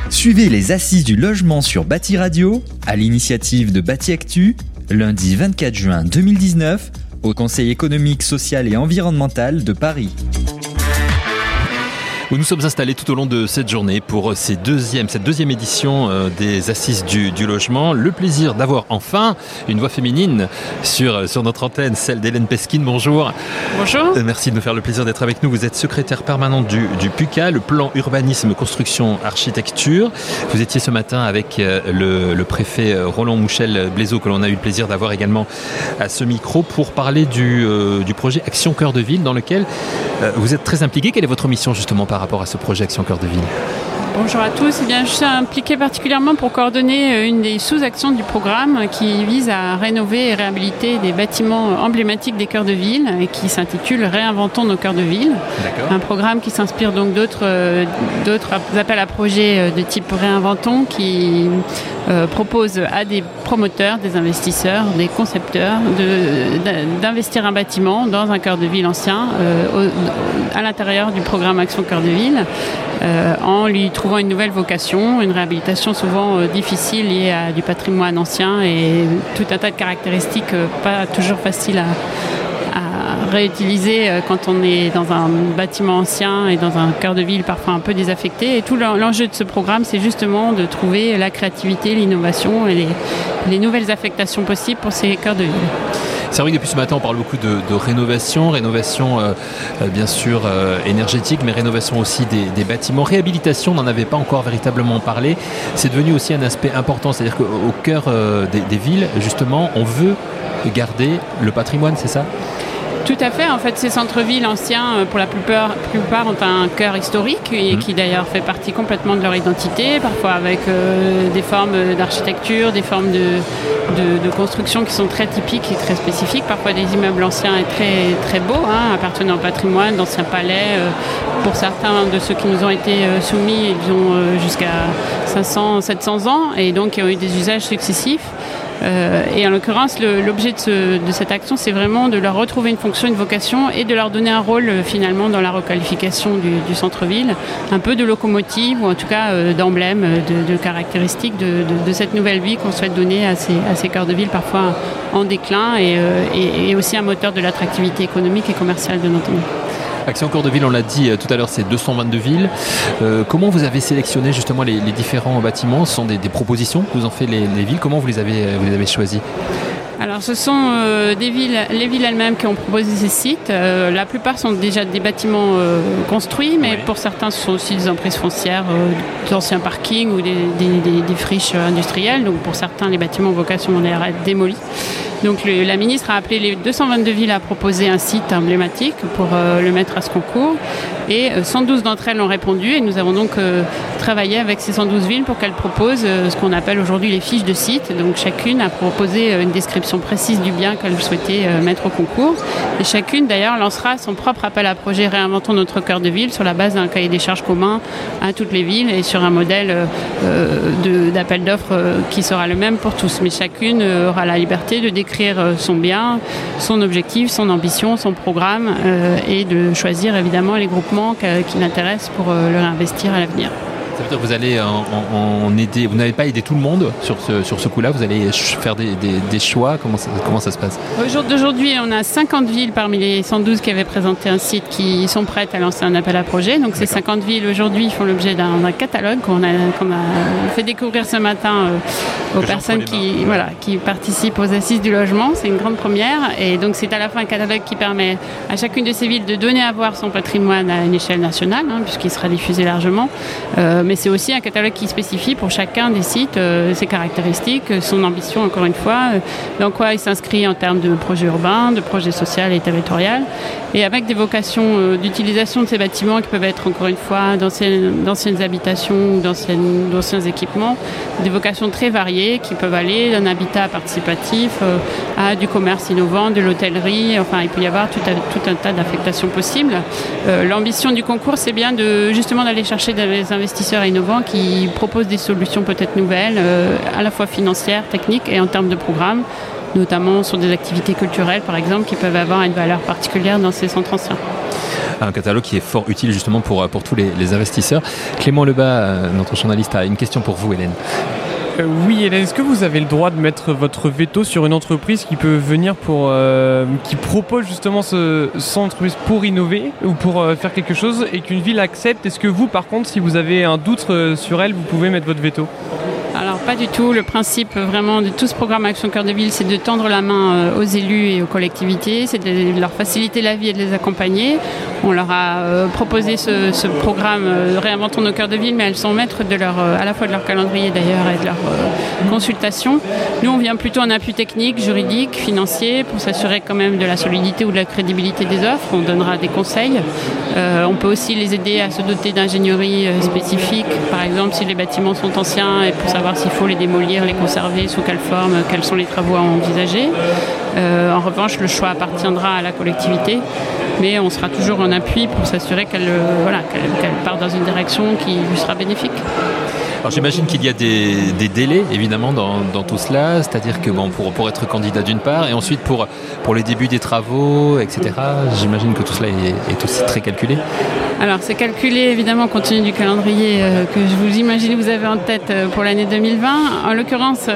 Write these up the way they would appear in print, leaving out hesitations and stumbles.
Suivez les assises du logement sur Bâti Radio, à l'initiative de Bâti Actu, lundi 24 juin 2019, au Conseil économique, social et environnemental de Paris. Où nous sommes installés tout au long de cette journée pour cette deuxième édition des Assises du logement. Le plaisir d'avoir enfin une voix féminine sur notre antenne, celle d'Hélène Pesquine. Bonjour. Bonjour. Merci de nous faire le plaisir d'être avec nous. Vous êtes secrétaire permanente du PUCA, le plan urbanisme, construction, architecture. Vous étiez ce matin avec le préfet Roland Mouchel-Blaiseau, que l'on a eu le plaisir d'avoir également à ce micro, pour parler du projet Action Cœur de Ville, dans lequel vous êtes très impliqué. Quelle est votre mission justement par rapport à ce projet Action Cœur de Ville? Bonjour à tous. Je suis impliquée particulièrement pour coordonner une des sous-actions du programme qui vise à rénover et réhabiliter des bâtiments emblématiques des cœurs de ville et qui s'intitule Réinventons nos cœurs de ville. D'accord. Un programme qui s'inspire donc d'autres appels à projets de type Réinventons qui propose à des promoteurs, des investisseurs, des concepteurs d'investir un bâtiment dans un cœur de ville ancien à l'intérieur du programme Action Cœur de Ville en lui trouvant une nouvelle vocation, une réhabilitation souvent difficile liée à du patrimoine ancien et tout un tas de caractéristiques pas toujours faciles à réutiliser quand on est dans un bâtiment ancien et dans un cœur de ville parfois un peu désaffecté. Et tout l'enjeu de ce programme, c'est justement de trouver la créativité, l'innovation et les nouvelles affectations possibles pour ces cœurs de ville. C'est vrai que depuis ce matin, on parle beaucoup de rénovation bien sûr énergétique, mais rénovation aussi des bâtiments. Réhabilitation, on n'en avait pas encore véritablement parlé. C'est devenu aussi un aspect important, c'est-à-dire qu'au cœur des villes, justement, on veut garder le patrimoine, c'est ça ? Tout à fait. En fait, ces centres-villes anciens, pour la plupart ont un cœur historique et qui d'ailleurs fait partie complètement de leur identité, parfois avec des formes d'architecture, des formes de construction qui sont très typiques et très spécifiques, parfois des immeubles anciens et très, très beaux, appartenant au patrimoine, d'anciens palais. Pour certains de ceux qui nous ont été soumis, ils ont jusqu'à 500, 700 ans et donc ils ont eu des usages successifs. Et en l'occurrence, l'objet de cette action, c'est vraiment de leur retrouver une fonction, une vocation et de leur donner un rôle finalement dans la requalification du centre-ville, un peu de locomotive ou en tout cas d'emblème, de caractéristiques de cette nouvelle vie qu'on souhaite donner à ces cœurs de ville parfois en déclin et aussi un moteur de l'attractivité économique et commerciale de notre pays. Action Cœur de Ville, on l'a dit tout à l'heure, c'est 222 villes. Comment vous avez sélectionné justement les différents bâtiments? Ce sont des propositions que vous en faites les villes. Comment vous les avez choisis? Alors ce sont les villes elles-mêmes qui ont proposé ces sites. La plupart sont déjà des bâtiments construits, mais pour certains ce sont aussi des emprises foncières, d'anciens parkings ou des friches industrielles. Donc pour certains, les bâtiments ont vocation à être démolis. Donc la ministre a appelé les 222 villes à proposer un site emblématique pour le mettre à ce concours. Et 112 d'entre elles ont répondu et nous avons donc travaillé avec ces 112 villes pour qu'elles proposent ce qu'on appelle aujourd'hui les fiches de site. Donc chacune a proposé une description précise du bien qu'elle souhaitait mettre au concours. Et chacune d'ailleurs lancera son propre appel à projet Réinventons notre cœur de ville sur la base d'un cahier des charges commun à toutes les villes et sur un modèle d'appel d'offres qui sera le même pour tous. Mais chacune aura la liberté de décrire son bien, son objectif, son ambition, son programme et de choisir évidemment les groupements qui l'intéressent pour le réinvestir à l'avenir. Ça veut dire que vous allez en aider, vous n'avez pas aidé tout le monde sur ce coup-là, vous allez faire des choix, comment ça se passe? Aujourd'hui, on a 50 villes parmi les 112 qui avaient présenté un site qui sont prêtes à lancer un appel à projet. Donc ces 50 villes aujourd'hui font l'objet d'un catalogue qu'on a fait découvrir ce matin aux personnes qui participent aux assises du logement. C'est une grande première et donc c'est à la fin un catalogue qui permet à chacune de ces villes de donner à voir son patrimoine à une échelle nationale, puisqu'il sera diffusé largement. Mais c'est aussi un catalogue qui spécifie pour chacun des sites ses caractéristiques, son ambition encore une fois, dans quoi il s'inscrit en termes de projet urbain, de projet social et territorial, et avec des vocations d'utilisation de ces bâtiments qui peuvent être encore une fois d'anciennes habitations ou d'anciens équipements, des vocations très variées qui peuvent aller d'un habitat participatif à du commerce innovant, de l'hôtellerie, enfin il peut y avoir tout un tas d'affectations possibles. L'ambition du concours, c'est bien justement d'aller chercher des investisseurs innovants qui proposent des solutions peut-être nouvelles, à la fois financières, techniques et en termes de programmes, notamment sur des activités culturelles par exemple qui peuvent avoir une valeur particulière dans ces centres anciens. Un catalogue qui est fort utile justement pour tous les investisseurs. Clément Lebas, notre journaliste, a une question pour vous, Hélène. Oui, Hélène, est-ce que vous avez le droit de mettre votre veto sur une entreprise qui peut venir qui propose justement son entreprise pour innover ou pour faire quelque chose et qu'une ville accepte? Est-ce que vous, par contre, si vous avez un doute sur elle, vous pouvez mettre votre veto? Alors pas du tout. Le principe vraiment de tout ce programme Action Cœur de Ville, c'est de tendre la main aux élus et aux collectivités, c'est de leur faciliter la vie et de les accompagner. On leur a proposé ce programme Réinventons nos cœurs de ville, mais elles sont maîtres à la fois de leur calendrier d'ailleurs et de leur consultation. Nous, on vient plutôt en appui technique, juridique, financier, pour s'assurer quand même de la solidité ou de la crédibilité des offres. On donnera des conseils. On peut aussi les aider à se doter d'ingénierie spécifique, par exemple si les bâtiments sont anciens et pour savoir s'il faut les démolir, les conserver, sous quelle forme, quels sont les travaux à envisager. En revanche, le choix appartiendra à la collectivité, mais on sera toujours en appui pour s'assurer qu'elle part dans une direction qui lui sera bénéfique. Alors j'imagine qu'il y a des délais évidemment dans tout cela, c'est-à-dire que pour être candidat d'une part et ensuite pour les débuts des travaux, etc. J'imagine que tout cela est aussi très calculé. Alors c'est calculé évidemment compte tenu du calendrier que je vous imagine vous avez en tête pour l'année 2020. En l'occurrence,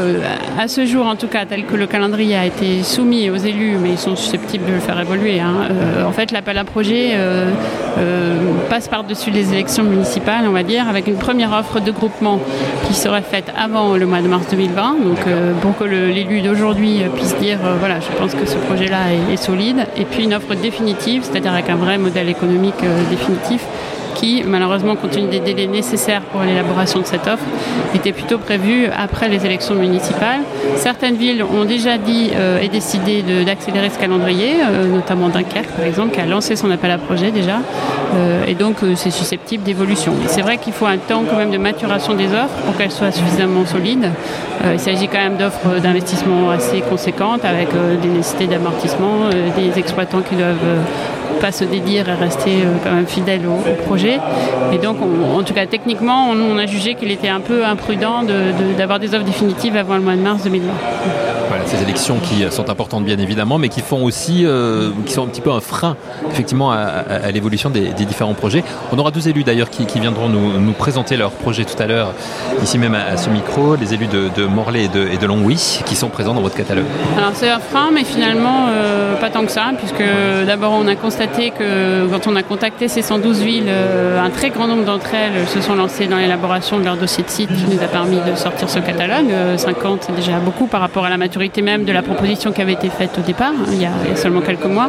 à ce jour en tout cas, tel que le calendrier a été soumis aux élus, mais ils sont susceptibles de le faire évoluer. En fait, l'appel à projet passe par-dessus les élections municipales, on va dire, avec une première offre de groupement qui serait faite avant le mois de mars 2020. Donc pour que l'élu d'aujourd'hui puisse dire voilà, je pense que ce projet-là est solide. Et puis une offre définitive, c'est-à-dire avec un vrai modèle économique définitif qui, malheureusement, compte tenu des délais nécessaires pour l'élaboration de cette offre, était plutôt prévu après les élections municipales. Certaines villes ont déjà dit et décidé d'accélérer ce calendrier, notamment Dunkerque, par exemple, qui a lancé son appel à projet déjà, et donc c'est susceptible d'évolution. C'est vrai qu'il faut un temps quand même de maturation des offres pour qu'elles soient suffisamment solides. Il s'agit quand même d'offres d'investissement assez conséquentes, avec des nécessités d'amortissement, des exploitants qui doivent pas se dédire et rester quand même fidèles au projet. Et donc, en tout cas, techniquement, on a jugé qu'il était un peu imprudent d'avoir des offres définitives avant le mois de mars 2020. Voilà, ces élections qui sont importantes bien évidemment, mais qui font aussi, qui sont un petit peu un frein effectivement à l'évolution des différents projets. On aura deux élus d'ailleurs qui viendront nous présenter leur projet tout à l'heure, ici même à ce micro, les élus de Morlaix et de Longwy, qui sont présents dans votre catalogue. Alors c'est un frein, mais finalement pas tant que ça, puisque d'abord on a constaté que quand on a contacté ces 112 villes, un très grand nombre d'entre elles se sont lancées dans l'élaboration de leur dossier de site qui nous a permis de sortir ce catalogue. 50, c'est déjà beaucoup par rapport à la maturité même de la proposition qui avait été faite au départ, il y a seulement quelques mois.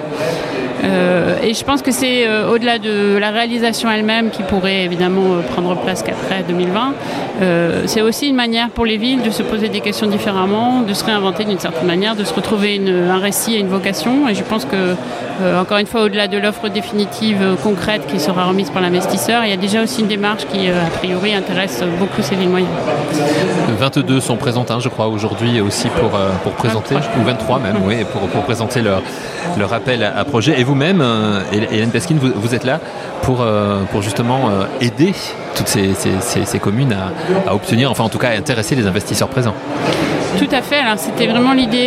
Et je pense que c'est au-delà de la réalisation elle-même qui pourrait évidemment prendre place qu'après 2020, c'est aussi une manière pour les villes de se poser des questions différemment, de se réinventer d'une certaine manière, de se retrouver un récit et une vocation. Et je pense que, encore une fois, au-delà de l'offre définitive concrète qui sera remise par l'investisseur, il y a déjà aussi une démarche qui, a priori, intéresse beaucoup ces villes moyennes. 22 sont présentes, je crois, aujourd'hui aussi pour présenter, 23, ou 23 même, oui, pour présenter leur appel à projet. Et vous-même, Hélène Pesquine, vous êtes là pour justement aider toutes ces communes à obtenir, enfin en tout cas à intéresser les investisseurs présents. Tout à fait. Alors c'était vraiment l'idée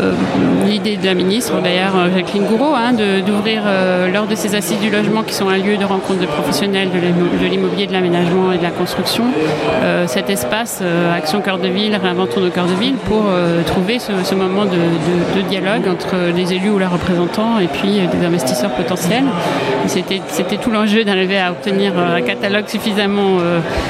de la ministre, d'ailleurs Jacqueline Gouraud, d'ouvrir lors de ces assises du logement qui sont un lieu de rencontre de professionnels de l'immobilier, de l'aménagement et de la construction, cet espace Action Cœur de Ville, Réinventons nos cœurs de ville, pour trouver ce moment de dialogue entre les élus ou leurs représentants et puis des investisseurs potentiels. Et c'était tout l'enjeu d'arriver à obtenir un catalogue suffisamment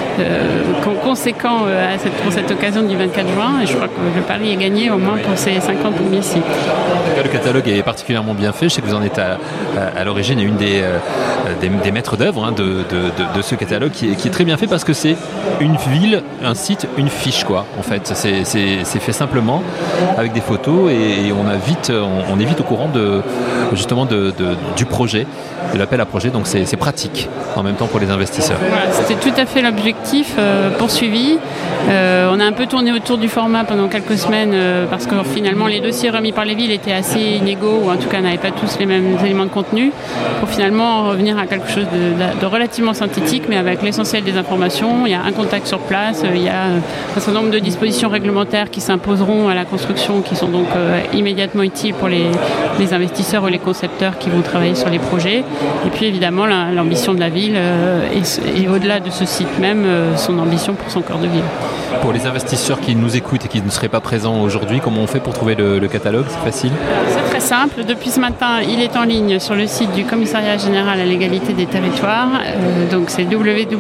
conséquent pour cette occasion du 24 juin. Et je crois que le pari est gagné au moins pour ces 50 premiers sites. Le catalogue est particulièrement bien fait. Je sais que vous en êtes à l'origine et une des maîtres d'œuvre de ce catalogue qui est très bien fait parce que c'est une ville, un site, une fiche quoi. En fait, c'est fait simplement avec des photos et on est vite au courant du projet, de l'appel à projet. Donc c'est pratique en même temps pour les investisseurs. Voilà, c'était tout à fait l'objectif poursuivi. On a un peu tourné autour du format pendant quelques semaines parce que finalement les dossiers remis par les villes étaient assez inégaux ou en tout cas n'avaient pas tous les mêmes éléments de contenu pour finalement revenir à quelque chose de relativement synthétique mais avec l'essentiel des informations. Il y a un contact sur place, il y a un certain nombre de dispositions réglementaires qui s'imposeront à la construction qui sont donc immédiatement utiles pour les investisseurs ou les concepteurs qui vont travailler sur les projets. Et puis évidemment l'ambition de la ville et au-delà de ce site même, son ambition pour son cœur de ville. Pour les investisseurs qui nous écoutent et qui ne seraient pas présents aujourd'hui, comment on fait pour trouver le catalogue? C'est facile? C'est très simple. Depuis ce matin, il est en ligne sur le site du Commissariat général à l'égalité des territoires. Donc c'est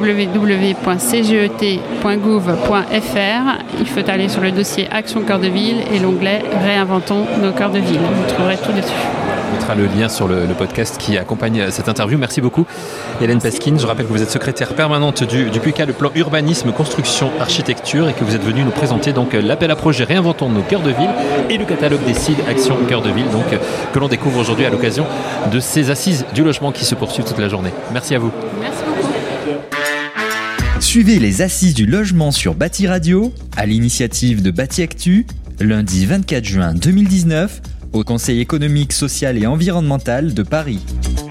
www.cget.gouv.fr. Il faut aller sur le dossier Action Cœur de Ville et l'onglet Réinventons nos cœurs de ville. Vous trouverez tout dessus. On mettra le lien sur le podcast qui accompagne cette interview. Merci beaucoup Hélène Peskin. Je rappelle que vous êtes secrétaire permanente du PUCA, le plan urbanisme, construction, architecture, et que vous êtes venue nous présenter donc l'appel à projet Réinventons nos cœurs de ville et le catalogue des CID Action Cœur de Ville, donc que l'on découvre aujourd'hui à l'occasion de ces assises du logement qui se poursuivent toute la journée. Merci à vous. Merci beaucoup. Suivez les assises du logement sur Bâti Radio à l'initiative de Bâti Actu, lundi 24 juin 2019 au Conseil économique, social et environnemental de Paris.